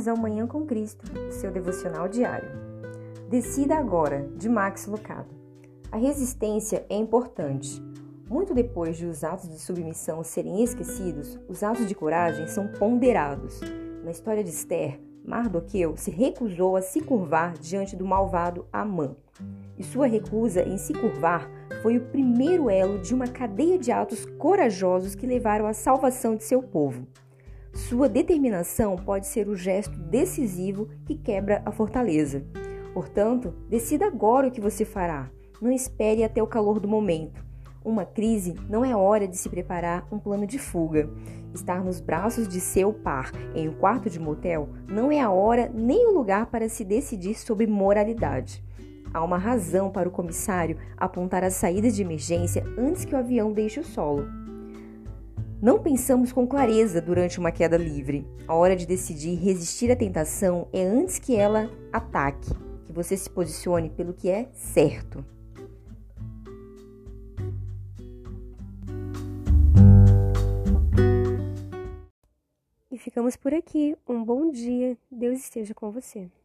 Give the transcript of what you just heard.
bem-vindos ao Manhã com Cristo, seu devocional diário. Decida agora, de Max Lucado. A resistência é importante. Muito depois de os atos de submissão serem esquecidos, os atos de coragem são ponderados. Na história de Esther, Mardoqueu se recusou a se curvar diante do malvado Amã. E sua recusa em se curvar foi o primeiro elo de uma cadeia de atos corajosos que levaram à salvação de seu povo. Sua determinação pode ser o gesto decisivo que quebra a fortaleza. Portanto, decida agora o que você fará. Não espere até o calor do momento. Uma crise não é hora de se preparar um plano de fuga. Estar nos braços de seu par em um quarto de motel não é a hora nem o lugar para se decidir sobre moralidade. Há uma razão para o comissário apontar as saídas de emergência antes que o avião deixe o solo. Não pensamos com clareza durante uma queda livre. A hora de decidir resistir à tentação é antes que ela ataque, que você se posicione pelo que é certo. E ficamos por aqui. Um bom dia. Deus esteja com você.